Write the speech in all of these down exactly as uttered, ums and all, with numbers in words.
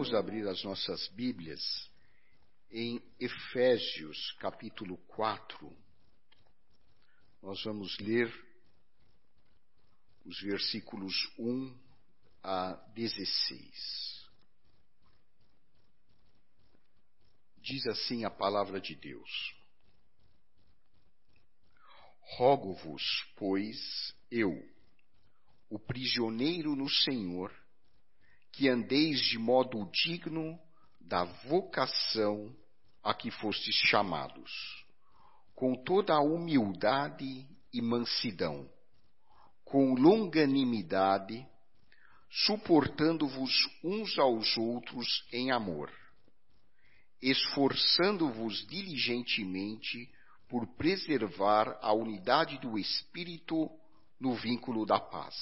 Vamos abrir as nossas Bíblias em Efésios, capítulo quatro. Nós vamos ler os versículos um a dezesseis. Diz assim a palavra de Deus: Rogo-vos, pois, eu, o prisioneiro no Senhor, que andeis de modo digno da vocação a que fostes chamados, com toda a humildade e mansidão, com longanimidade, suportando-vos uns aos outros em amor, esforçando-vos diligentemente por preservar a unidade do Espírito no vínculo da paz.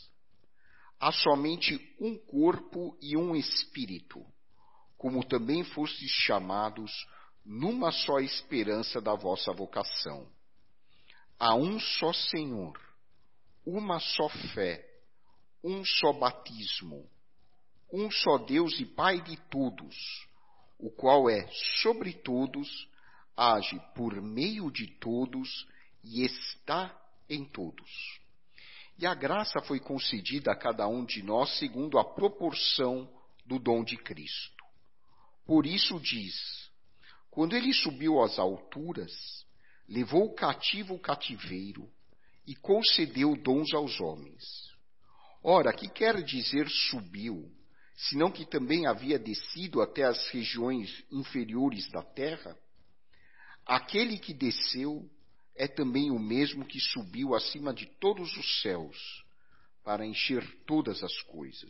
Há somente um corpo e um Espírito, como também fostes chamados numa só esperança da vossa vocação. Há um só Senhor, uma só fé, um só batismo, um só Deus e Pai de todos, o qual é sobre todos, age por meio de todos e está em todos. E a graça foi concedida a cada um de nós segundo a proporção do dom de Cristo. Por isso diz: quando ele subiu às alturas, levou cativo o cativeiro e concedeu dons aos homens. Ora, que quer dizer subiu, senão que também havia descido até as regiões inferiores da terra? Aquele que desceu é também o mesmo que subiu acima de todos os céus, para encher todas as coisas.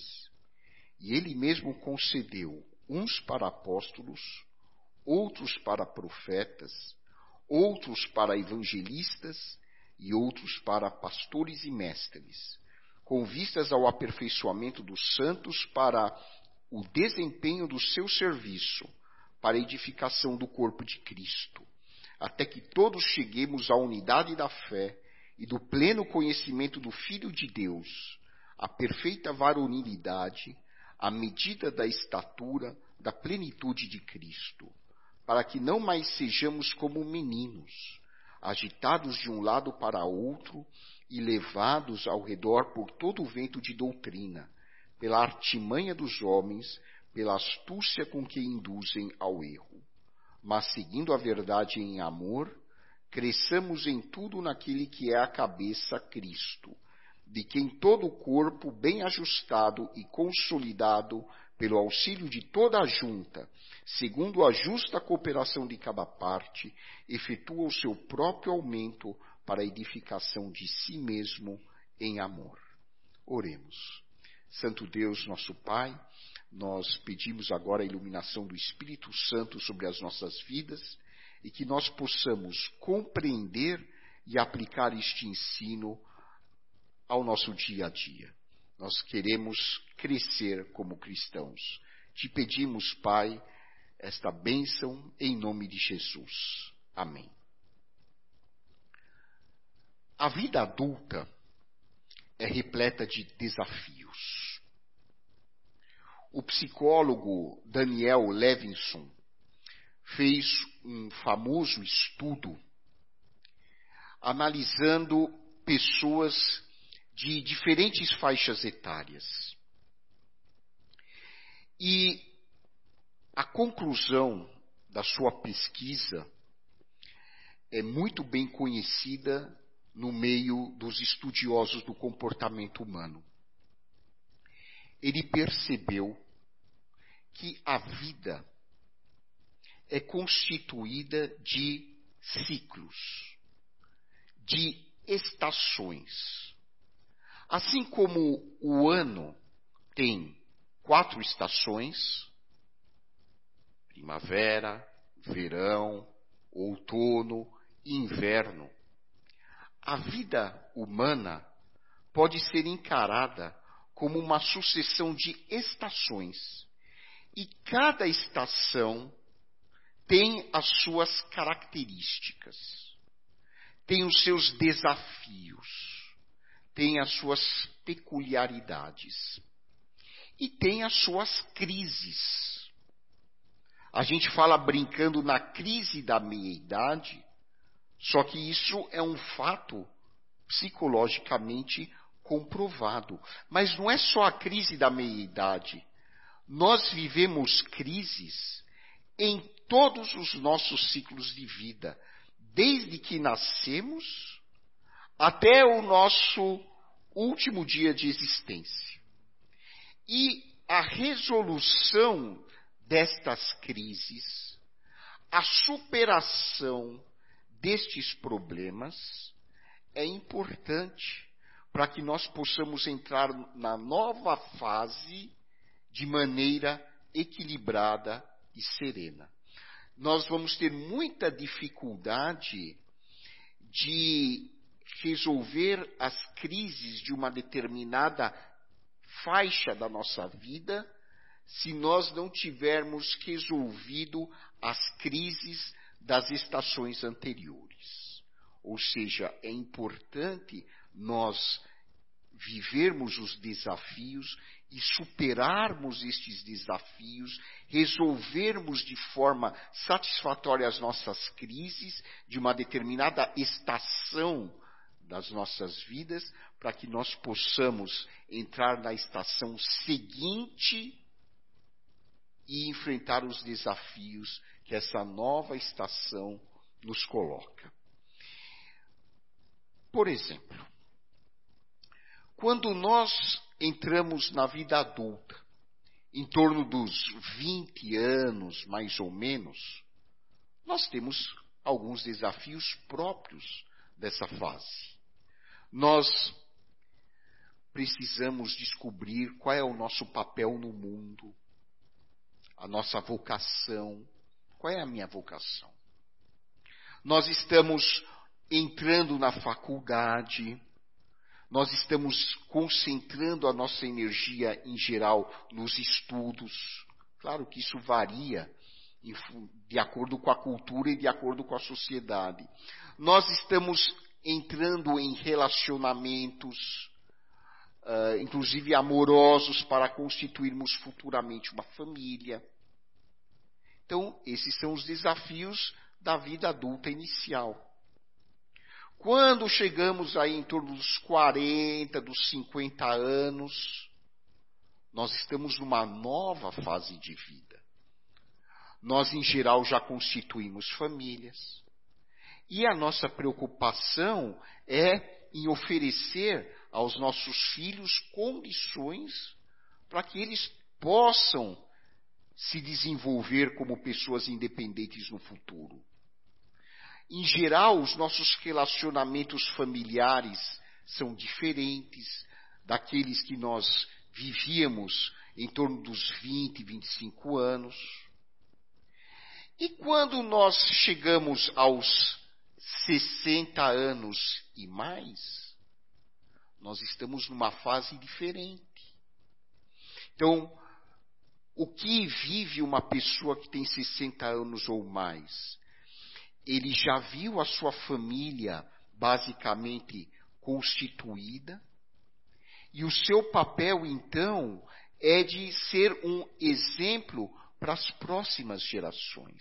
E ele mesmo concedeu uns para apóstolos, outros para profetas, outros para evangelistas e outros para pastores e mestres, com vistas ao aperfeiçoamento dos santos para o desempenho do seu serviço, para a edificação do corpo de Cristo, até que todos cheguemos à unidade da fé e do pleno conhecimento do Filho de Deus, à perfeita varonilidade, à medida da estatura da plenitude de Cristo, para que não mais sejamos como meninos, agitados de um lado para outro e levados ao redor por todo o vento de doutrina, pela artimanha dos homens, pela astúcia com que induzem ao erro. Mas seguindo a verdade em amor, cresçamos em tudo naquele que é a cabeça, Cristo, de quem todo o corpo, bem ajustado e consolidado pelo auxílio de toda a junta, segundo a justa cooperação de cada parte, efetua o seu próprio aumento para a edificação de si mesmo em amor. Oremos. Santo Deus, nosso Pai, nós pedimos agora a iluminação do Espírito Santo sobre as nossas vidas e que nós possamos compreender e aplicar este ensino ao nosso dia a dia. Nós queremos crescer como cristãos. Te pedimos, Pai, esta bênção em nome de Jesus. Amém. A vida adulta é repleta de desafios. O psicólogo Daniel Levinson fez um famoso estudo analisando pessoas de diferentes faixas etárias. E a conclusão da sua pesquisa é muito bem conhecida no meio dos estudiosos do comportamento humano. Ele percebeu que a vida é constituída de ciclos, de estações. Assim como o ano tem quatro estações, primavera, verão, outono e inverno, a vida humana pode ser encarada como uma sucessão de estações. E cada estação tem as suas características, tem os seus desafios, tem as suas peculiaridades. e tem as suas crises. A gente fala brincando na crise da meia-idade, só que isso é um fato psicologicamente comprovado. Mas não é só a crise da meia-idade. Nós vivemos crises em todos os nossos ciclos de vida, desde que nascemos até o nosso último dia de existência. E a resolução destas crises, a superação destes problemas é importante para que nós possamos entrar na nova fase de maneira equilibrada e serena. Nós vamos ter muita dificuldade de resolver as crises de uma determinada faixa da nossa vida se nós não tivermos resolvido as crises das estações anteriores. Ou seja, é importante nós vivermos os desafios e superarmos estes desafios, resolvermos de forma satisfatória as nossas crises de uma determinada estação das nossas vidas, para que nós possamos entrar na estação seguinte e enfrentar os desafios que essa nova estação nos coloca. Por exemplo, quando nós entramos na vida adulta, em torno dos vinte anos, mais ou menos, nós temos alguns desafios próprios dessa fase. Nós precisamos descobrir qual é o nosso papel no mundo, a nossa vocação. Qual é a minha vocação? Nós estamos entrando na faculdade, nós estamos concentrando a nossa energia em geral nos estudos. Claro que isso varia de acordo com a cultura e de acordo com a sociedade. Nós estamos entrando em relacionamentos, uh, inclusive amorosos, para constituirmos futuramente uma família. Então, esses são os desafios da vida adulta inicial. Quando chegamos aí em torno dos quarenta, dos cinquenta anos, nós estamos numa nova fase de vida. Nós, em geral, já constituímos famílias. E a nossa preocupação é em oferecer aos nossos filhos condições para que eles possam se desenvolver como pessoas independentes no futuro. Em geral, os nossos relacionamentos familiares são diferentes daqueles que nós vivíamos em torno dos vinte, vinte e cinco anos. E quando nós chegamos aos sessenta anos e mais, nós estamos numa fase diferente. Então, o que vive uma pessoa que tem sessenta anos ou mais? Ele já viu a sua família basicamente constituída, e o seu papel, então, é de ser um exemplo para as próximas gerações.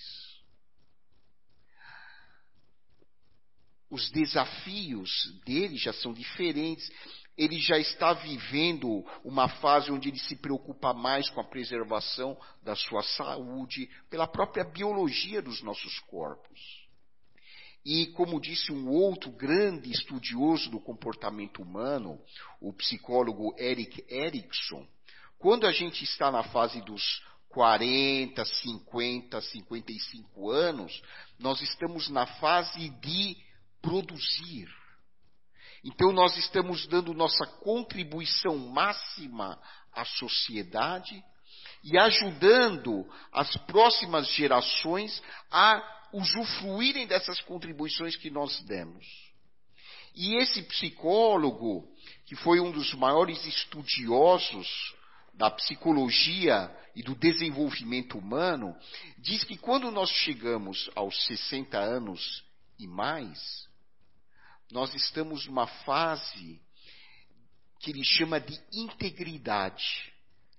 Os desafios dele já são diferentes. Ele já está vivendo uma fase onde ele se preocupa mais com a preservação da sua saúde, pela própria biologia dos nossos corpos. E, como disse um outro grande estudioso do comportamento humano, o psicólogo Erik Erikson, quando a gente está na fase dos quarenta, cinquenta, cinquenta e cinco anos, nós estamos na fase de produzir. Então, nós estamos dando nossa contribuição máxima à sociedade e ajudando as próximas gerações a usufruírem dessas contribuições que nós demos. E esse psicólogo, que foi um dos maiores estudiosos da psicologia e do desenvolvimento humano, diz que quando nós chegamos aos sessenta anos e mais, nós estamos numa fase que ele chama de integridade.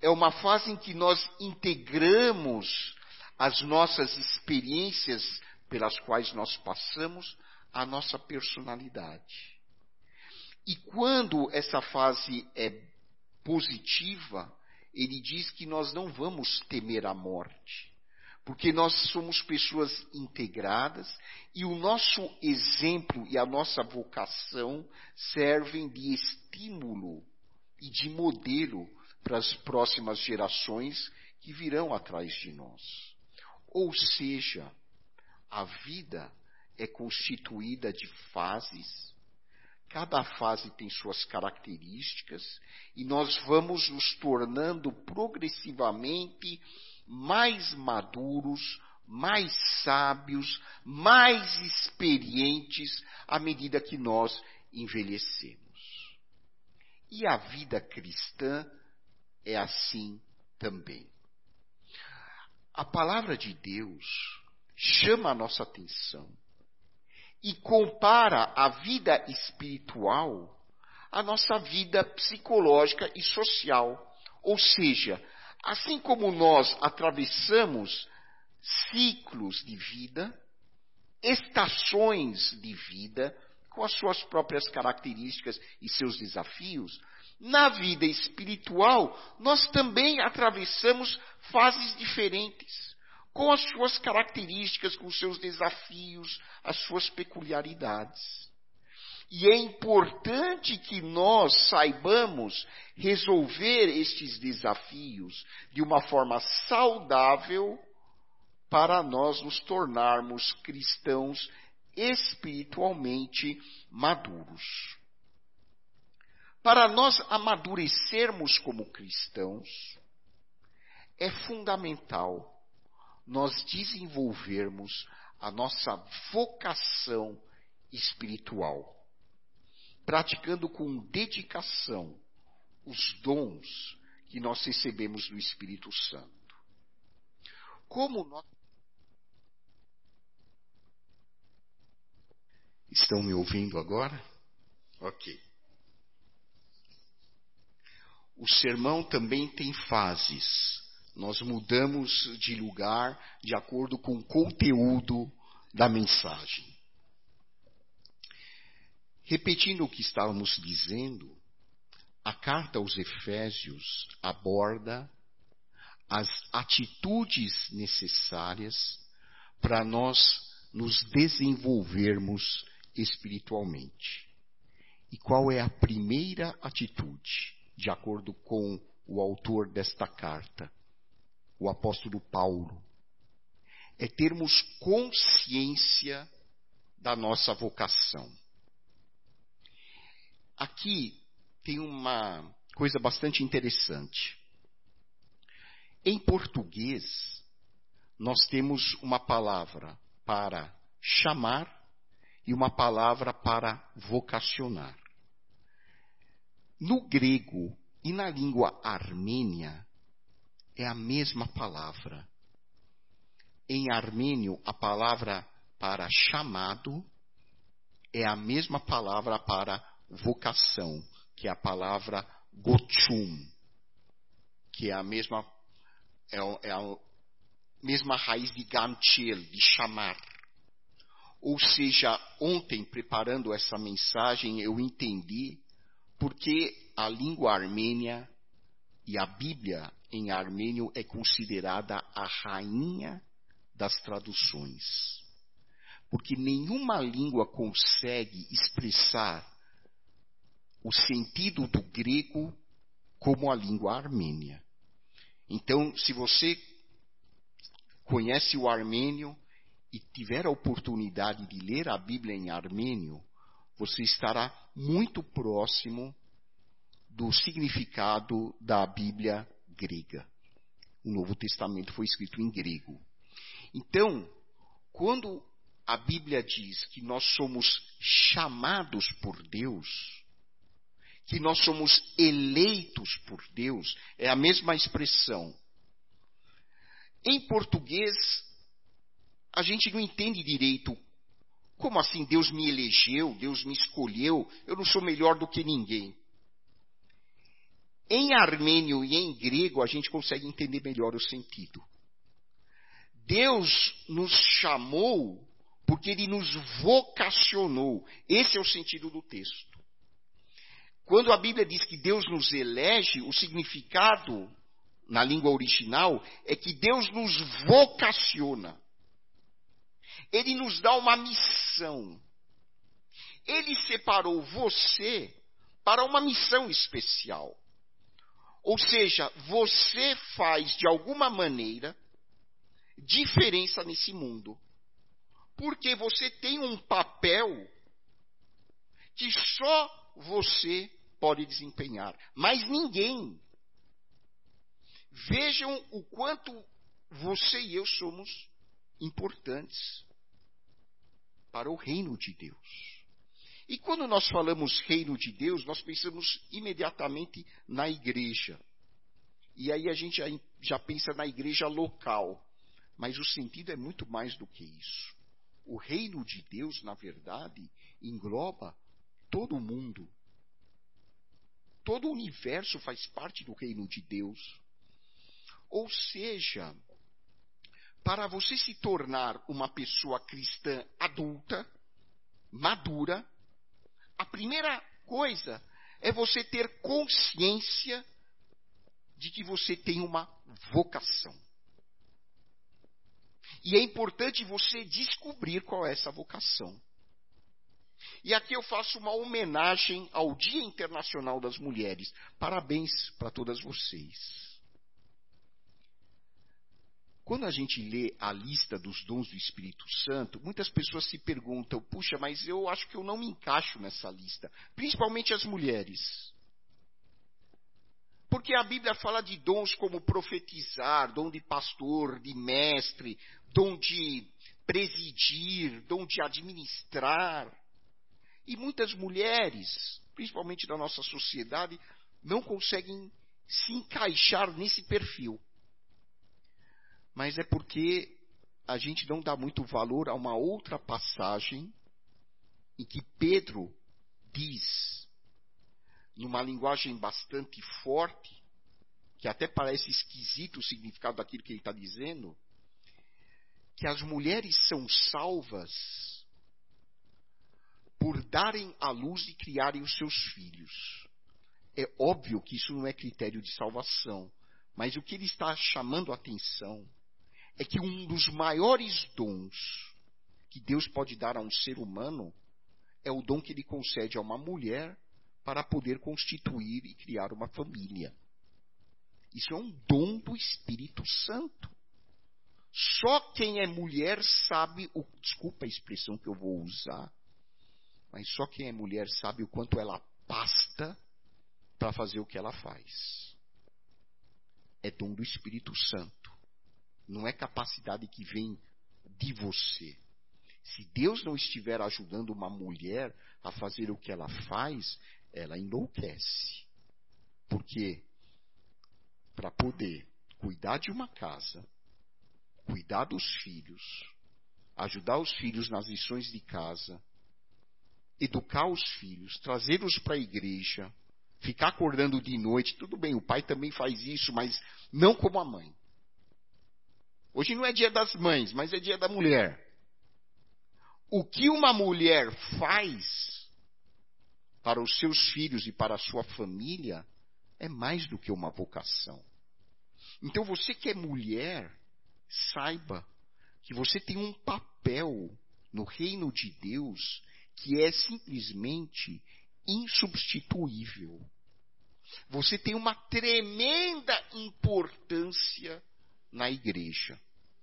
é uma fase em que nós integramos as nossas experiências pelas quais nós passamos à nossa personalidade. E quando essa fase é positiva, ele diz que nós não vamos temer a morte, porque nós somos pessoas integradas e o nosso exemplo e a nossa vocação servem de estímulo e de modelo para as próximas gerações que virão atrás de nós. Ou seja, a vida é constituída de fases. Cada fase tem suas características e nós vamos nos tornando progressivamente mais maduros, mais sábios, mais experientes à medida que nós envelhecemos. E a vida cristã é assim também. A palavra de Deus chama a nossa atenção e compara a vida espiritual à nossa vida psicológica e social. Ou seja, assim como nós atravessamos ciclos de vida, estações de vida, com as suas próprias características e seus desafios, na vida espiritual nós também atravessamos fases diferentes, com as suas características, com os seus desafios, as suas peculiaridades. E é importante que nós saibamos resolver estes desafios de uma forma saudável para nós nos tornarmos cristãos espiritualmente maduros. Para nós amadurecermos como cristãos, é fundamental nós desenvolvermos a nossa vocação espiritual, praticando com dedicação os dons que nós recebemos do Espírito Santo. Como nós... Estão me ouvindo agora? Ok. O sermão também tem fases. Nós mudamos de lugar de acordo com o conteúdo da mensagem. Repetindo o que estávamos dizendo, a carta aos Efésios aborda as atitudes necessárias para nós nos desenvolvermos espiritualmente. E qual é a primeira atitude, de acordo com o autor desta carta, o apóstolo Paulo? É termos consciência da nossa vocação. Aqui tem uma coisa bastante interessante. Em português, nós temos uma palavra para chamar e uma palavra para vocacionar. No grego e na língua armênia, é a mesma palavra. Em armênio, a palavra para chamado é a mesma palavra para vocação, que é a palavra gochum, que é a mesma, é, é a mesma raiz de ganchel, de chamar. Ou seja, ontem, preparando essa mensagem, eu entendi porque a língua armênia e a Bíblia em armênio é considerada a rainha das traduções. Porque nenhuma língua consegue expressar o sentido do grego como a língua armênia. Então, se você conhece o armênio e tiver a oportunidade de ler a Bíblia em armênio, você estará muito próximo do significado da Bíblia grega. O Novo Testamento foi escrito em grego. Então, quando a Bíblia diz que nós somos chamados por Deus, que nós somos eleitos por Deus, é a mesma expressão. Em português, a gente não entende direito. Como assim Deus me elegeu, Deus me escolheu, eu não sou melhor do que ninguém. Em armênio e em grego, a gente consegue entender melhor o sentido. Deus nos chamou porque Ele nos vocacionou. Esse é o sentido do texto. Quando a Bíblia diz que Deus nos elege, o significado, na língua original, é que Deus nos vocaciona. Ele nos dá uma missão. Ele separou você para uma missão especial. Ou seja, você faz, de alguma maneira, diferença nesse mundo. Porque você tem um papel que só você pode desempenhar. Mas ninguém. Vejam o quanto você e eu somos importantes para o reino de Deus. E quando nós falamos reino de Deus, nós pensamos imediatamente na igreja. E aí a gente já, já pensa na igreja local. Mas o sentido é muito mais do que isso. O reino de Deus, na verdade, engloba todo o mundo. Todo o universo faz parte do reino de Deus. Ou seja, para você se tornar uma pessoa cristã adulta, madura, a primeira coisa é você ter consciência de que você tem uma vocação. E é importante você descobrir qual é essa vocação. E aqui eu faço uma homenagem ao Dia Internacional das Mulheres. Parabéns para todas vocês. Quando a gente lê a lista dos dons do Espírito Santo, muitas pessoas se perguntam, puxa, mas eu acho que eu não me encaixo nessa lista. Principalmente as mulheres. Porque a Bíblia fala de dons como profetizar, dom de pastor, de mestre, dom de presidir, dom de administrar. E muitas mulheres, principalmente da nossa sociedade, não conseguem se encaixar nesse perfil. Mas é porque a gente não dá muito valor a uma outra passagem em que Pedro diz, numa linguagem bastante forte, que até parece esquisito o significado daquilo que ele está dizendo, que as mulheres são salvas por darem à luz e criarem os seus filhos. É óbvio que isso não é critério de salvação, mas o que ele está chamando a atenção é que um dos maiores dons que Deus pode dar a um ser humano é o dom que ele concede a uma mulher para poder constituir e criar uma família. Isso é um dom do Espírito Santo. Só quem é mulher sabe, o, desculpa a expressão que eu vou usar, mas só quem é mulher sabe o quanto ela pasta para fazer o que ela faz. É dom do Espírito Santo. Não é capacidade que vem de você. Se Deus não estiver ajudando uma mulher a fazer o que ela faz, ela enlouquece. Porque para poder cuidar de uma casa, cuidar dos filhos, ajudar os filhos nas lições de casa, educar os filhos, trazê-los para a igreja, ficar acordando de noite, tudo bem, o pai também faz isso, mas não como a mãe. Hoje não é dia das mães, mas é dia da mulher. O que uma mulher faz para os seus filhos e para a sua família é mais do que uma vocação. Então você que é mulher, saiba que você tem um papel no reino de Deus que é simplesmente insubstituível. Você tem uma tremenda importância na igreja.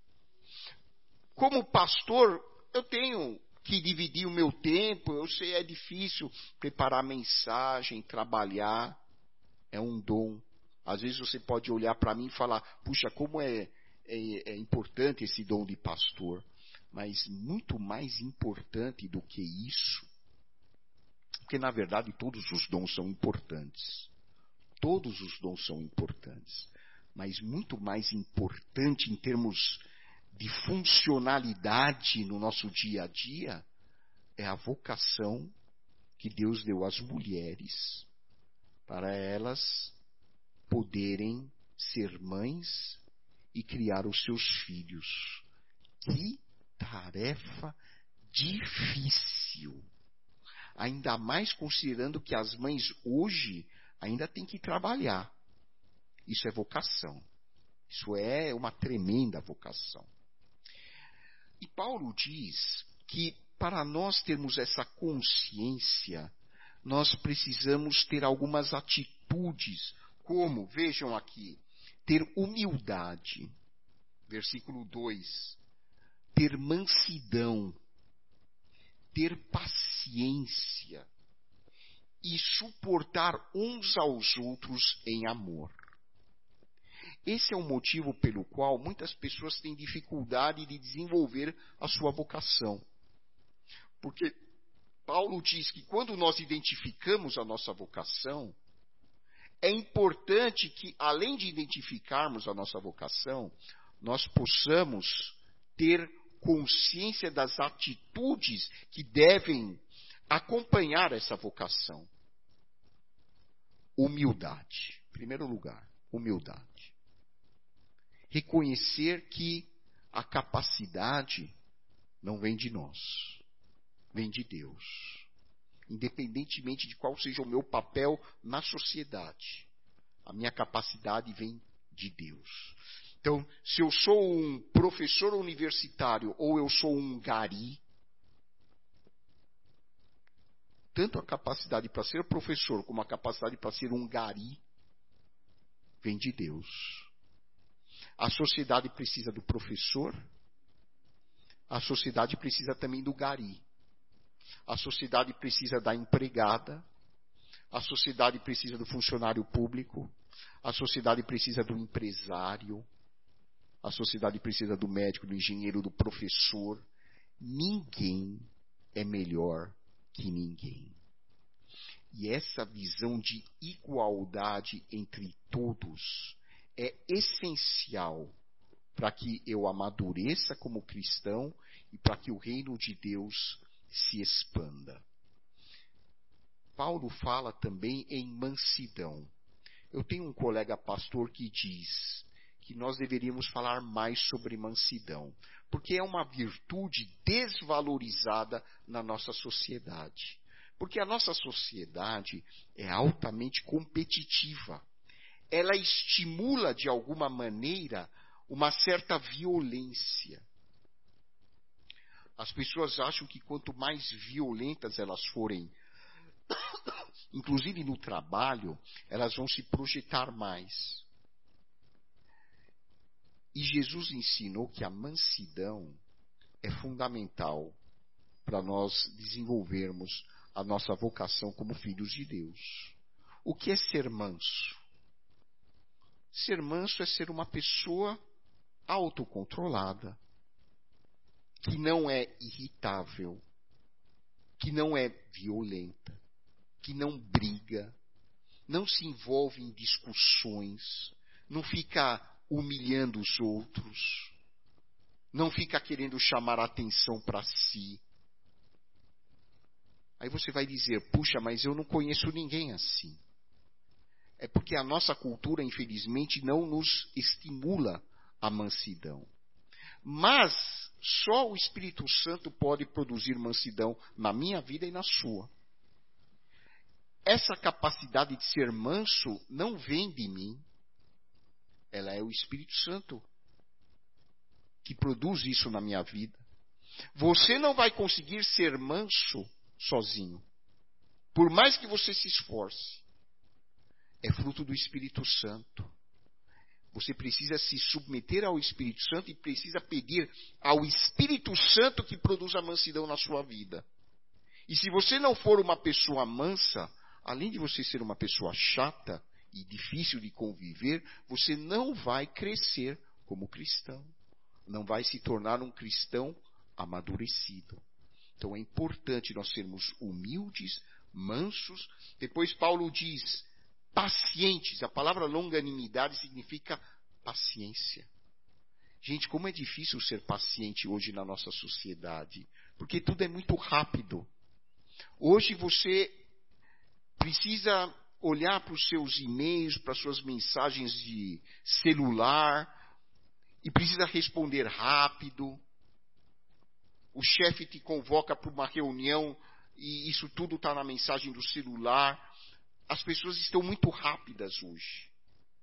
Como pastor, eu tenho que dividir o meu tempo, eu sei, é difícil preparar mensagem, trabalhar, é um dom. Às vezes você pode olhar para mim e falar, puxa, como é, é, é importante esse dom de pastor. Mas muito mais importante do que isso, porque na verdade todos os dons são importantes. Todos os dons são importantes. Mas muito mais importante em termos de funcionalidade no nosso dia a dia é a vocação que Deus deu às mulheres para elas poderem ser mães e criar os seus filhos. Que tarefa difícil! Ainda mais considerando que as mães hoje ainda têm que trabalhar. Isso é vocação. Isso é uma tremenda vocação. E Paulo diz que para nós termos essa consciência, nós precisamos ter algumas atitudes, como, vejam aqui, ter humildade, versículo dois, ter mansidão, ter paciência e suportar uns aos outros em amor. Esse é o motivo pelo qual muitas pessoas têm dificuldade de desenvolver a sua vocação. Porque Paulo diz que quando nós identificamos a nossa vocação, é importante que, além de identificarmos a nossa vocação, nós possamos ter consciência das atitudes que devem acompanhar essa vocação. Humildade. Em primeiro lugar, humildade. Reconhecer que a capacidade não vem de nós, vem de Deus. Independentemente de qual seja o meu papel na sociedade, a minha capacidade vem de Deus. Então, se eu sou um professor universitário ou eu sou um gari, tanto a capacidade para ser professor como a capacidade para ser um gari vem de Deus. A sociedade precisa do professor, a sociedade precisa também do gari. A sociedade precisa da empregada, a sociedade precisa do funcionário público, a sociedade precisa do empresário, a sociedade precisa do médico, do engenheiro, do professor. Ninguém é melhor que ninguém. E essa visão de igualdade entre todos é essencial para que eu amadureça como cristão e para que o reino de Deus se expanda. Paulo fala também em mansidão. Eu tenho um colega pastor que diz que nós deveríamos falar mais sobre mansidão, porque é uma virtude desvalorizada na nossa sociedade. Porque a nossa sociedade é altamente competitiva. Ela estimula, de alguma maneira, uma certa violência. As pessoas acham que quanto mais violentas elas forem, inclusive no trabalho, elas vão se projetar mais. E Jesus ensinou que a mansidão é fundamental para nós desenvolvermos a nossa vocação como filhos de Deus. O que é ser manso? Ser manso é ser uma pessoa autocontrolada, que não é irritável, que não é violenta, que não briga, não se envolve em discussões, não fica humilhando os outros, não fica querendo chamar a atenção para si. Aí você vai dizer, puxa, mas eu não conheço ninguém assim. É porque a nossa cultura, infelizmente, não nos estimula a mansidão. Mas só o Espírito Santo pode produzir mansidão na minha vida e na sua. Essa capacidade de ser manso não vem de mim. Ela é o Espírito Santo que produz isso na minha vida. Você não vai conseguir ser manso sozinho, por mais que você se esforce. É fruto do Espírito Santo. Você precisa se submeter ao Espírito Santo e precisa pedir ao Espírito Santo que produza a mansidão na sua vida. E se você não for uma pessoa mansa, além de você ser uma pessoa chata e difícil de conviver, você não vai crescer como cristão. Não vai se tornar um cristão amadurecido. Então é importante nós sermos humildes, mansos. Depois Paulo diz, pacientes. A palavra longanimidade significa paciência. Gente, como é difícil ser paciente hoje na nossa sociedade. Porque tudo é muito rápido. Hoje você precisa olhar para os seus e-mails, para as suas mensagens de celular, e precisa responder rápido. O chefe te convoca para uma reunião e isso tudo está na mensagem do celular. As pessoas estão muito rápidas hoje.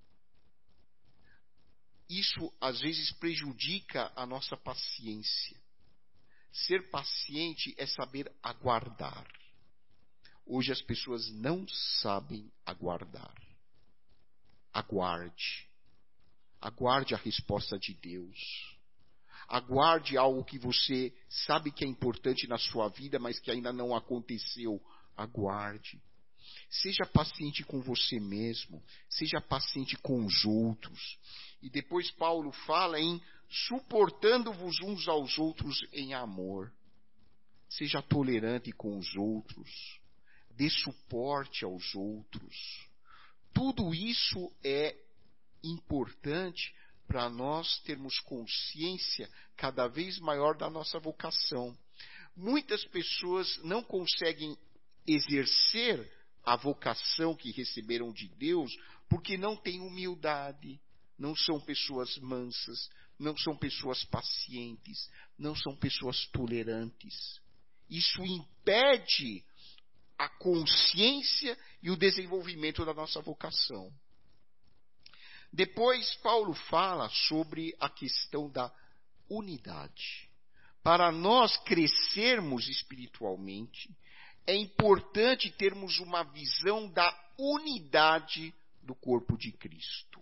Isso, às vezes, prejudica a nossa paciência. Ser paciente é saber aguardar. Hoje as pessoas não sabem aguardar. Aguarde. Aguarde a resposta de Deus. Aguarde algo que você sabe que é importante na sua vida, mas que ainda não aconteceu. Aguarde. Seja paciente com você mesmo. Seja paciente com os outros. E depois Paulo fala em suportando-vos uns aos outros em amor. Seja tolerante com os outros. Dê suporte aos outros. Tudo isso é importante para nós termos consciência cada vez maior da nossa vocação. Muitas pessoas não conseguem exercer a vocação que receberam de Deus porque não têm humildade, não são pessoas mansas, não são pessoas pacientes, não são pessoas tolerantes. Isso impede a consciência e o desenvolvimento da nossa vocação. Depois, Paulo fala sobre a questão da unidade. Para nós crescermos espiritualmente, é importante termos uma visão da unidade do corpo de Cristo.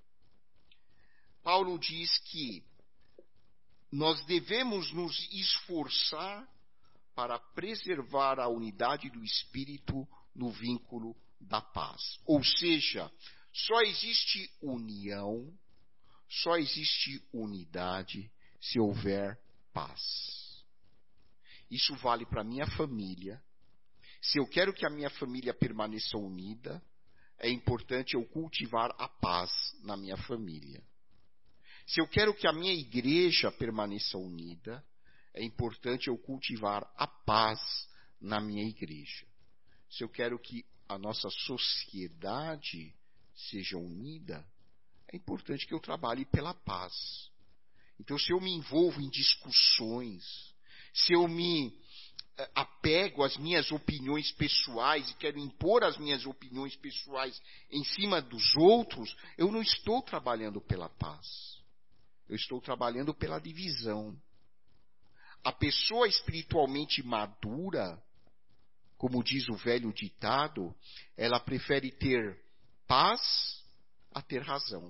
Paulo diz que nós devemos nos esforçar para preservar a unidade do Espírito no vínculo da paz. Ou seja, só existe união, só existe unidade se houver paz. Isso vale para a minha família. Se eu quero que a minha família permaneça unida, é importante eu cultivar a paz na minha família. Se eu quero que a minha igreja permaneça unida, é importante eu cultivar a paz na minha igreja. Se eu quero que a nossa sociedade seja unida, é importante que eu trabalhe pela paz. Então, se eu me envolvo em discussões, se eu me apego às minhas opiniões pessoais e quero impor as minhas opiniões pessoais em cima dos outros, eu não estou trabalhando pela paz. Eu estou trabalhando pela divisão. A pessoa espiritualmente madura, como diz o velho ditado, ela prefere ter paz a ter razão.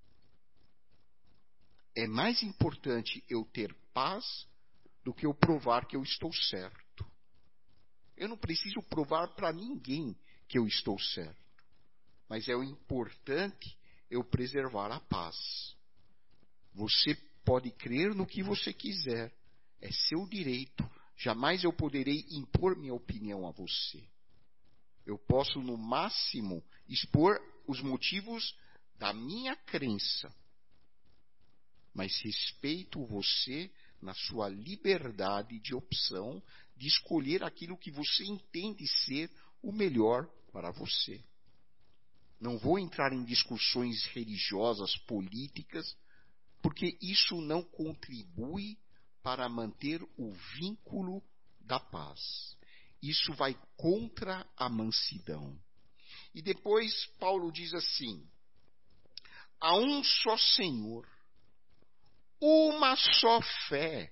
É mais importante eu ter paz do que eu provar que eu estou certo. Eu não preciso provar para ninguém que eu estou certo. Mas é importante eu preservar a paz. Você pode crer no que você quiser. É seu direito. Jamais eu poderei impor minha opinião a você. Eu posso, no máximo, expor os motivos da minha crença. Mas respeito você na sua liberdade de opção de escolher aquilo que você entende ser o melhor para você. Não vou entrar em discussões religiosas, políticas, porque isso não contribui para manter o vínculo da paz. Isso vai contra a mansidão. E depois Paulo diz assim: há um só Senhor, uma só fé.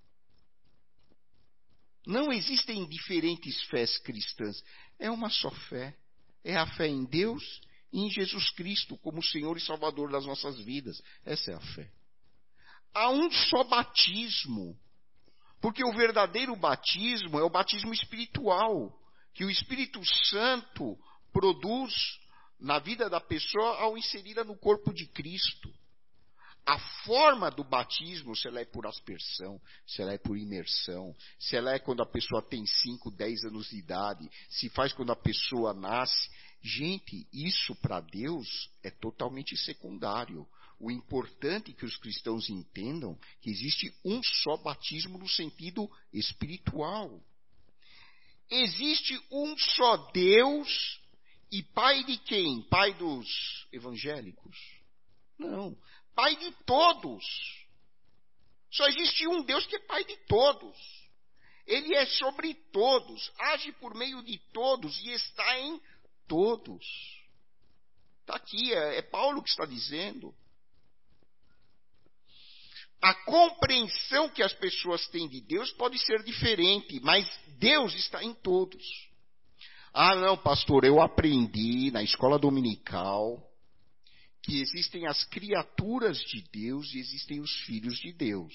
Não existem diferentes fés cristãs. É uma só fé. É a fé em Deus e em Jesus Cristo como Senhor e Salvador das nossas vidas. Essa é a fé. Há um só batismo. Porque o verdadeiro batismo é o batismo espiritual, que o Espírito Santo produz na vida da pessoa ao inserida no corpo de Cristo. A forma do batismo, se ela é por aspersão, se ela é por imersão, se ela é quando a pessoa tem cinco, dez anos de idade, se faz quando a pessoa nasce. Gente, isso para Deus é totalmente secundário. O importante é que os cristãos entendam que existe um só batismo no sentido espiritual. Existe um só Deus E pai de quem? Pai dos evangélicos? Não. Pai de todos. Só existe um Deus que é pai de todos. Ele é sobre todos, age por meio de todos e está em todos. Está aqui, é, é Paulo que está dizendo. A compreensão que as pessoas têm de Deus pode ser diferente, mas Deus está em todos. Ah, não, pastor, eu aprendi na escola dominical que existem as criaturas de Deus e existem os filhos de Deus.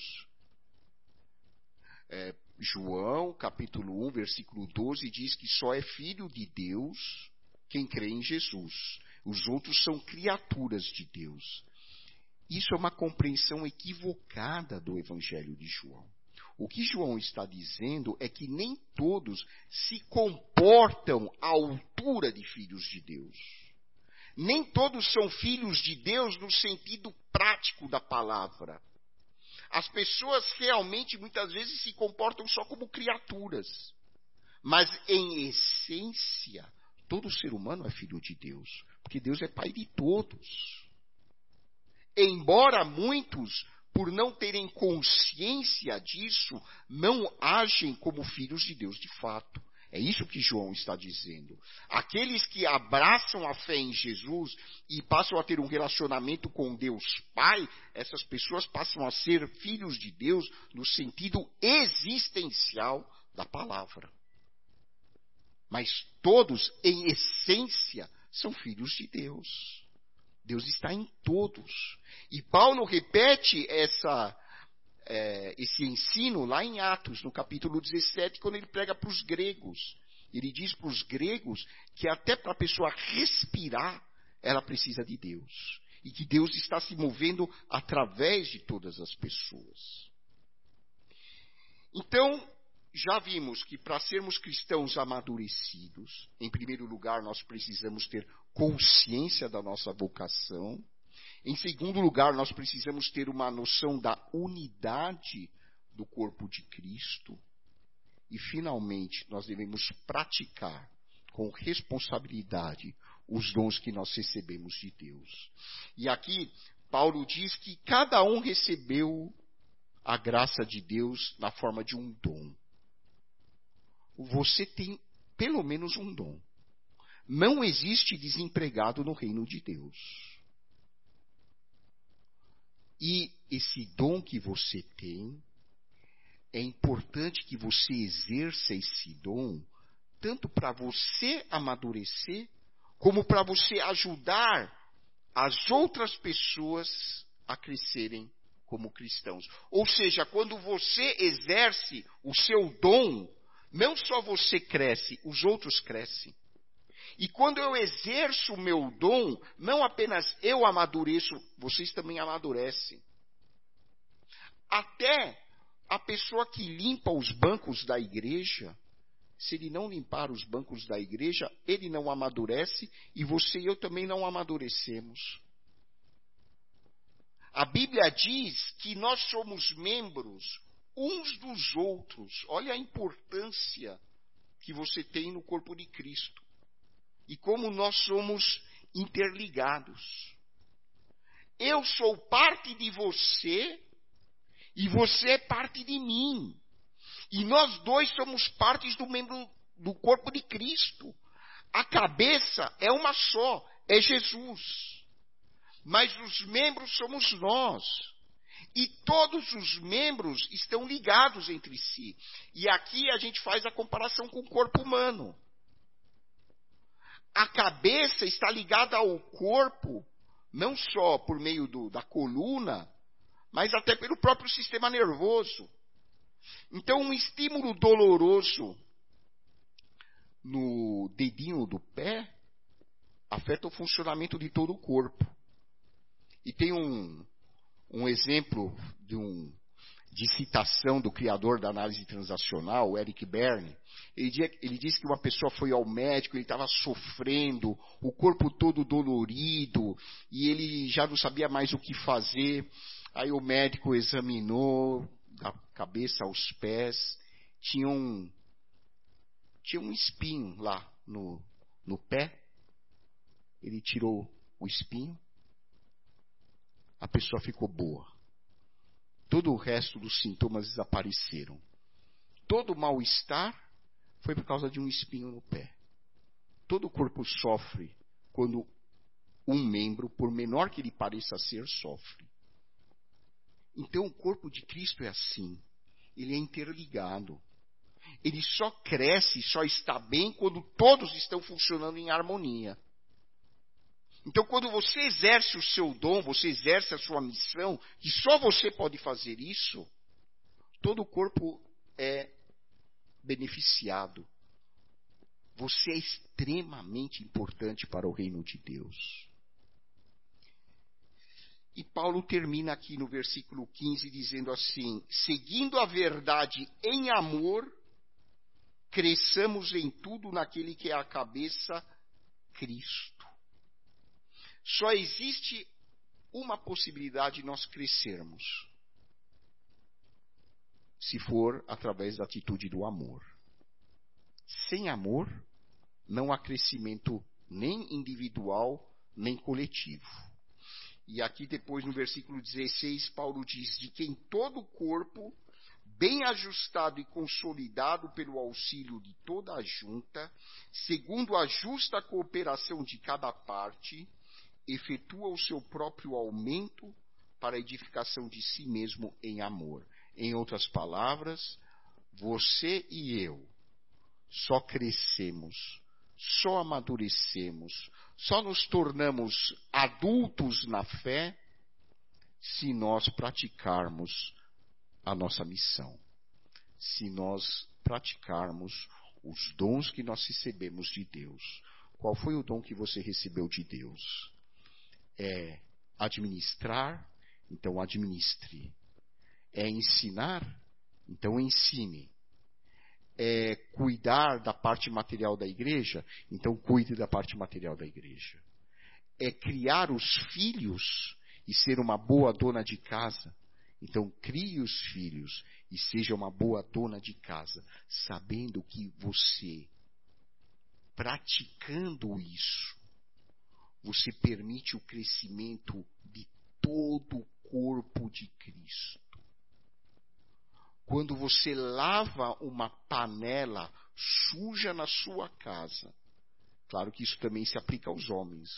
É, João, capítulo um, versículo doze, diz que só é filho de Deus quem crê em Jesus. Os outros são criaturas de Deus. Isso é uma compreensão equivocada do Evangelho de João. O que João está dizendo é que nem todos se comportam à altura de filhos de Deus. Nem todos são filhos de Deus no sentido prático da palavra. As pessoas realmente muitas vezes se comportam só como criaturas. Mas em essência, todo ser humano é filho de Deus. Porque Deus é pai de todos. Embora muitos, por não terem consciência disso, não agem como filhos de Deus de fato. É isso que João está dizendo. Aqueles que abraçam a fé em Jesus e passam a ter um relacionamento com Deus Pai, essas pessoas passam a ser filhos de Deus no sentido existencial da palavra. Mas todos, em essência, são filhos de Deus. Deus está em todos. E Paulo repete essa, é, esse ensino lá em Atos, no capítulo dezessete, quando ele prega para os gregos. Ele diz para os gregos que até para a pessoa respirar, ela precisa de Deus. E que Deus está se movendo através de todas as pessoas. Então, já vimos que para sermos cristãos amadurecidos, em primeiro lugar, nós precisamos ter consciência da nossa vocação. Em segundo lugar, nós precisamos ter uma noção da unidade do corpo de Cristo. E, finalmente, nós devemos praticar com responsabilidade os dons que nós recebemos de Deus. E aqui, Paulo diz que cada um recebeu a graça de Deus na forma de um dom. Você tem pelo menos um dom. Não existe desempregado no reino de Deus. E esse dom que você tem, é importante que você exerça esse dom, tanto para você amadurecer, como para você ajudar as outras pessoas a crescerem como cristãos. Ou seja, quando você exerce o seu dom, não só você cresce, os outros crescem. E quando eu exerço o meu dom, não apenas eu amadureço, vocês também amadurecem. Até a pessoa que limpa os bancos da igreja, se ele não limpar os bancos da igreja, ele não amadurece e você e eu também não amadurecemos. A Bíblia diz que nós somos membros uns dos outros. Olha a importância que você tem no corpo de Cristo. E como nós somos interligados. Eu sou parte de você e você é parte de mim. E nós dois somos partes do membro do corpo de Cristo. A cabeça é uma só, é Jesus. Mas os membros somos nós. E todos os membros estão ligados entre si. E aqui a gente faz a comparação com o corpo humano. A cabeça está ligada ao corpo, não só por meio do, da coluna, mas até pelo próprio sistema nervoso. Então, um estímulo doloroso no dedinho do pé afeta o funcionamento de todo o corpo. E tem um, um exemplo de, um, de citação do criador da análise transacional, Eric Berne. Ele, ele disse que uma pessoa foi ao médico, ele estava sofrendo, o corpo todo dolorido, e ele já não sabia mais o que fazer. Aí o médico examinou, da cabeça aos pés, tinha um, tinha um espinho lá no, no pé. ele tirou o espinho, a pessoa ficou boa. Todo o resto dos sintomas desapareceram. Todo o mal-estar foi por causa de um espinho no pé. Todo o corpo sofre quando um membro, por menor que ele pareça ser, sofre. Então o corpo de Cristo é assim. Ele é interligado. Ele só cresce, só está bem quando todos estão funcionando em harmonia. Então, quando você exerce o seu dom, você exerce a sua missão, e só você pode fazer isso, todo o corpo é beneficiado. Você é extremamente importante para o reino de Deus. E Paulo termina aqui no versículo quinze dizendo assim: seguindo a verdade em amor, cresçamos em tudo naquele que é a cabeça, Cristo. Só existe uma possibilidade de nós crescermos, se for através da atitude do amor. Sem amor, não há crescimento nem individual, nem coletivo. E aqui depois no versículo dezesseis, Paulo diz: de que em todo o corpo, bem ajustado e consolidado pelo auxílio de toda a junta, segundo a justa cooperação de cada parte, efetua o seu próprio aumento para a edificação de si mesmo em amor. Em outras palavras, você e eu só crescemos, só amadurecemos, só nos tornamos adultos na fé se nós praticarmos a nossa missão, se nós praticarmos os dons que nós recebemos de Deus. Qual foi o dom que você recebeu de Deus? É administrar, então administre. É ensinar, então ensine. É cuidar da parte material da igreja, então cuide da parte material da igreja. É criar os filhos e ser uma boa dona de casa, então crie os filhos e seja uma boa dona de casa, sabendo que você, praticando isso, você permite o crescimento de todo o corpo de Cristo. Quando você lava uma panela suja na sua casa, claro que isso também se aplica aos homens.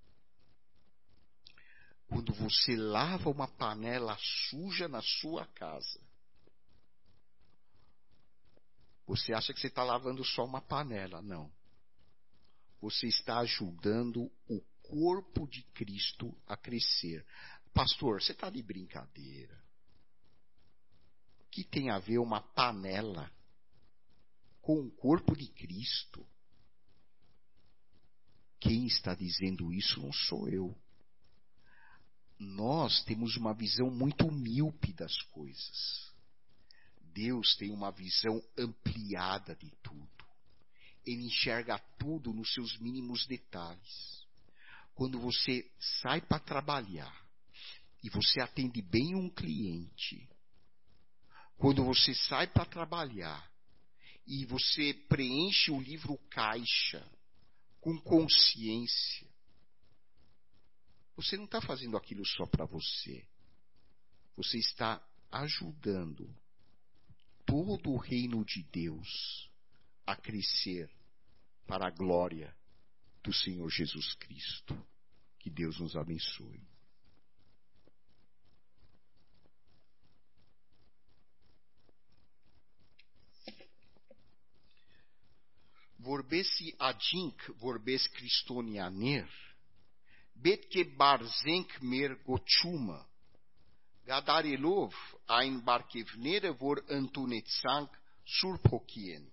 Quando você lava uma panela suja na sua casa, você acha que você está lavando só uma panela? Não. Você está ajudando o corpo de Cristo a crescer. Pastor, você está de brincadeira. O que tem a ver uma panela com o corpo de Cristo? Quem está dizendo isso não sou eu. Nós temos uma visão muito míope das coisas. Deus tem uma visão ampliada de tudo. Ele enxerga tudo nos seus mínimos detalhes. Quando você sai para trabalhar e você atende bem um cliente, quando você sai para trabalhar e você preenche o livro caixa com consciência, você não está fazendo aquilo só para você. Você está ajudando todo o reino de Deus a crescer para a glória do Senhor Jesus Cristo. Que Deus nos abençoe. Vorbesi adink vorbes Christonianer, betke barzenk mer gochuma, gadarelov ein barkevnere vor antunetsank surpokien.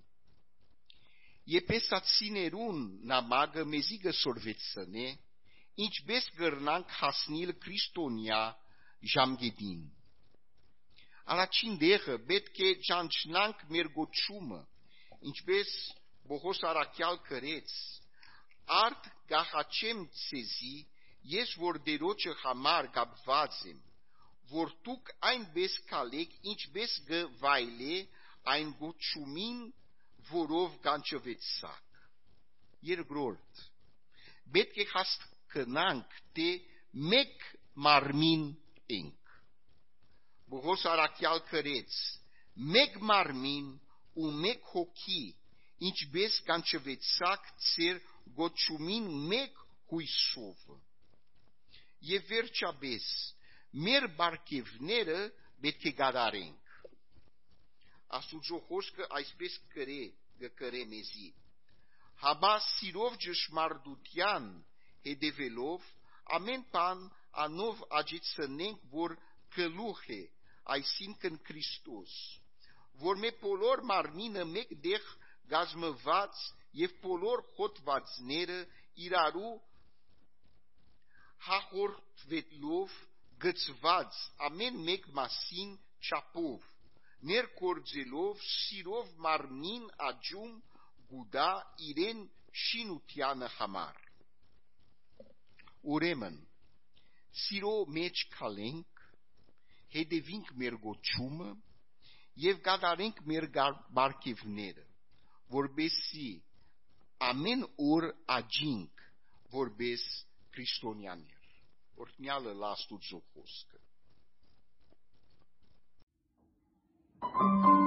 Iepesatsinerun namaga mesiga sorvetsane, inchbes gernank hasnil Christonia jamgedin. Alatindere betke janchnank mer gochuma, inchbes bohos arachial căreț, art gahacem tsezi, yes vor deroce hamar gabvazem, vor tuk ein bes kaleg, inch bes gă vaile, ein gochumin vorov gancevetsak. Iergrort, bet que hast cănanc te mec marmin enc. Bohos arachial căreț, meg marmin, un meg hochi, inci bes gancevețac țer gociumin meg huisovă. E vercea bes, mer barchevneră bet que gadarenc. Asujohoscă ai spes căre, găcăre mezi. Haba sirovgeș mardutian, he develov, amen pan, anov agit sănenc vor căluhe, ai simc în Hristos. Vor me polor marmină mec deh gazmăvaț, ev polor hotvaț neră, iraru hahor vetlov, gățvaț, amen mec masin ceapov, ner corzelov, sirov marmin ajum, guda, iren și nutiană hamar. Uremen, siro meci calenc, he devinc mergociumă, ev gadarenc mergar barchevneră, vorbesi amen or aginc, vorbes cristonianer. Ortneală la studzocoscă.